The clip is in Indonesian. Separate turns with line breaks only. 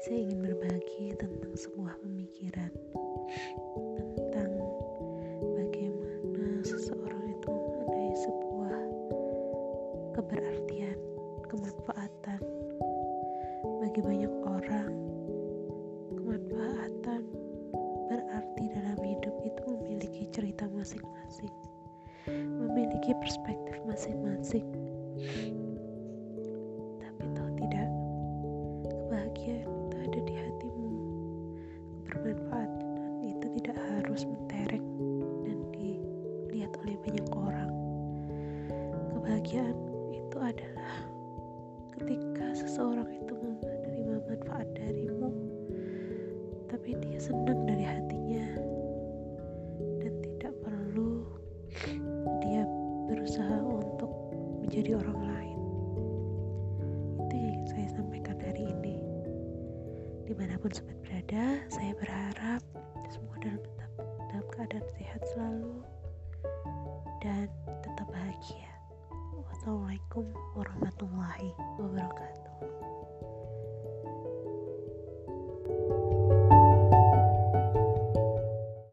Saya ingin berbagi tentang sebuah pemikiran tentang bagaimana seseorang itu memaknai sebuah keberartian, kemanfaatan. Bagi banyak orang, kemanfaatan berarti dalam hidup itu memiliki cerita masing-masing, memiliki perspektif masing-masing. Tapi tahu tidak, kebahagiaan itu ada di hatimu. Kebermanfaatan itu tidak harus mentereng dan dilihat oleh banyak orang. Kebahagiaan itu adalah ketika seseorang itu menerima manfaat darimu, tapi dia senang dari hatinya dan tidak perlu dia berusaha untuk menjadi orang lain. Itu yang saya sampaikan hari ini. Dimanapun sobat berada, saya berharap semua dalam keadaan sehat selalu dan tetap bahagia. Wassalamualaikum warahmatullahi wabarakatuh.